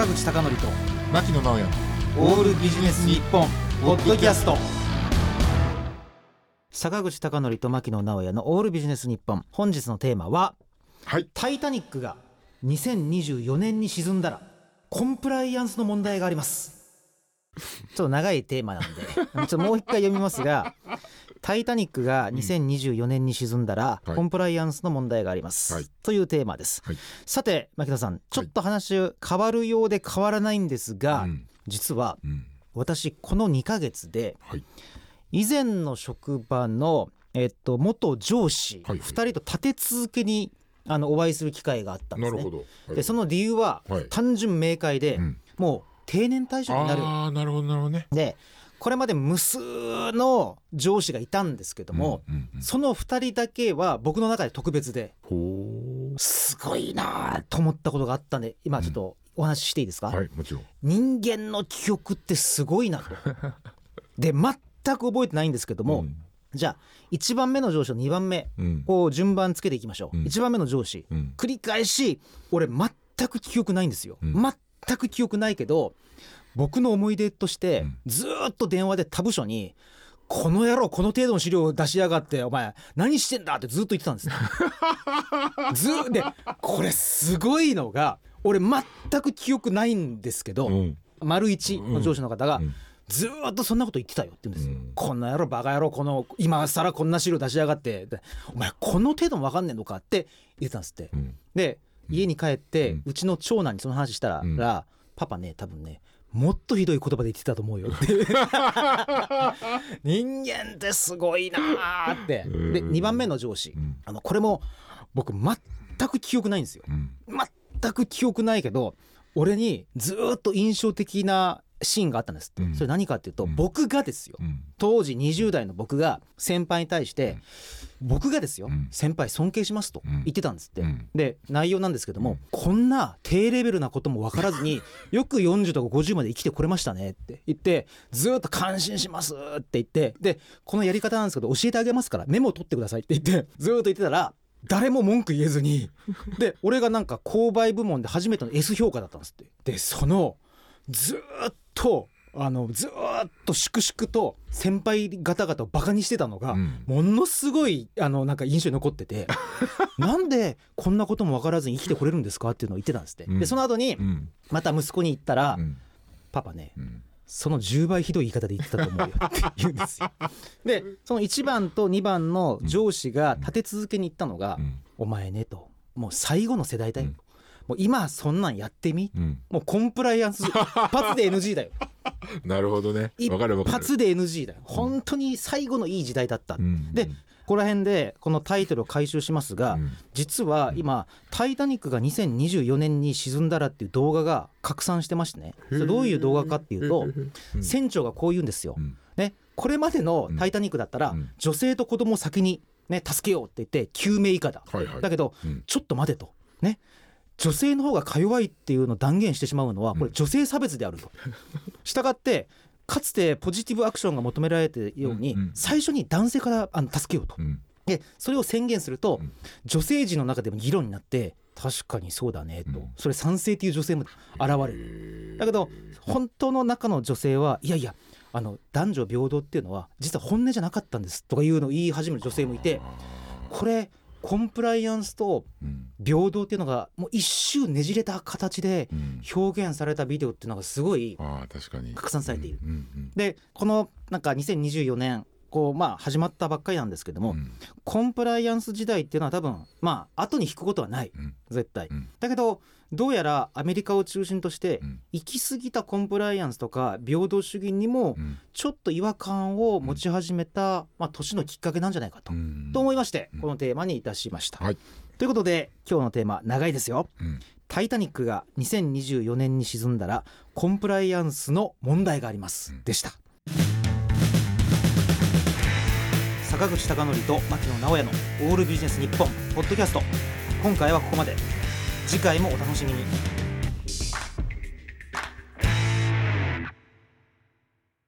口貴教と牧野直哉オールビジネス日本ポッドキャスト。坂口貴教と牧野直哉のオールビジネス日本、本日のテーマは、 はい、 タイタニックが2024年に沈んだらコンプライアンスの問題があります。ちょっと長いテーマなんでちょっともう一回読みますが、タイタニックが2024年に沈んだらコンプライアンスの問題があります、 はい、 というテーマです、はい、さて牧野さん、ちょっと話変わるようで変わらないんですが、実は、私この2ヶ月で、以前の職場の、元上司2人と立て続けにお会いする機会があったんですね。 なるほど。 でその理由は単純明快で、もう定年退職になる。 なるほどね。 でこれまで無数の上司がいたんですけども、その2人だけは僕の中で特別で、すごいなと思ったことがあったんで、今ちょっとお話ししていいですか？ はい、もちろん。 人間の記憶ってすごいなとで全く覚えてないんですけども、じゃあ1番目の上司と2番目、こう順番つけていきましょう。1番目の上司、繰り返し俺全く記憶ないんですよ、全く記憶ないけど、僕の思い出としてずっと電話で他部署に、この野郎この程度の資料を出しやがってお前何してんだってずっと言ってたんですでこれすごいのが、俺全く記憶ないんですけど、丸一の上司の方がずっとそんなこと言ってたよって言うんですよ、こんな野郎バカ野郎、この今更こんな資料出しやがって、お前この程度も分かんねえのかって言ってたんですって、で家に帰って、うちの長男にその話したら、パパね多分ねもっとひどい言葉で言ってたと思うよって人間ってすごいなって。で2番目の上司、これも僕全く記憶ないんですよ、全く記憶ないけど俺にずっと印象的なシーンがあったんですって、それ何かっていうと、僕がですよ、当時20代の僕が先輩に対して、僕がですよ、先輩尊敬しますと言ってたんですって、で内容なんですけども、こんな低レベルなことも分からずによく40とか50まで生きてこれましたねって言って、ずっと感心しますって言って、でこのやり方なんですけど教えてあげますからメモを取ってくださいって言ってずっと言ってたら、誰も文句言えずにで俺がなんか購買部門で初めての S 評価だったんですって。でそのずっと粛々と先輩方々をバカにしてたのが、ものすごいなんか印象に残っててなんでこんなことも分からずに生きてこれるんですかっていうのを言ってたんですって、でその後にまた息子に言ったら、パパね、その10倍ひどい言い方で言ってたと思うよって言うんですよでその1番と2番の上司が立て続けに言ったのが、お前ねと、もう最後の世代だよ、もう今そんなんやってみ、もうコンプライアンス一発で NG だよなるほどね、 一発で NG だよ、本当に最後のいい時代だった、でここら辺でこのタイトルを回収しますが、実は今タイタニックが2024年に沈んだらっていう動画が拡散してましてね、それどういう動画かっていうと、船長がこう言うんですよ、ね、これまでのタイタニックだったら、女性と子供を先に、ね、助けようって言って救命以下だ、だけど、ちょっと待てとね、女性の方がか弱いっていうのを断言してしまうのはこれ女性差別であると、したがってかつてポジティブアクションが求められているように、最初に男性から助けようと、でそれを宣言すると、女性陣の中でも議論になって、確かにそうだねと、それ賛成という女性も現れる。だけど本当の中の女性はいやいや男女平等っていうのは実は本音じゃなかったんですとかいうのを言い始める女性もいて、これコンプライアンスと平等っていうのがもう一周ねじれた形で表現されたビデオっていうのがすごい拡散されている、でこのなんか2024年こう始まったばっかりなんですけども、コンプライアンス時代っていうのは多分後に引くことはない、絶対、だけどどうやらアメリカを中心として行き過ぎたコンプライアンスとか平等主義にもちょっと違和感を持ち始めた、年のきっかけなんじゃないかと思いまして、このテーマにいたしました、ということで今日のテーマ長いですよ、タイタニックが2024年に沈んだらコンプライアンスの問題がありますでした。坂口貴教と牧野直哉のオールビジネス日本ポッドキャスト、今回はここまで。次回もお楽しみに。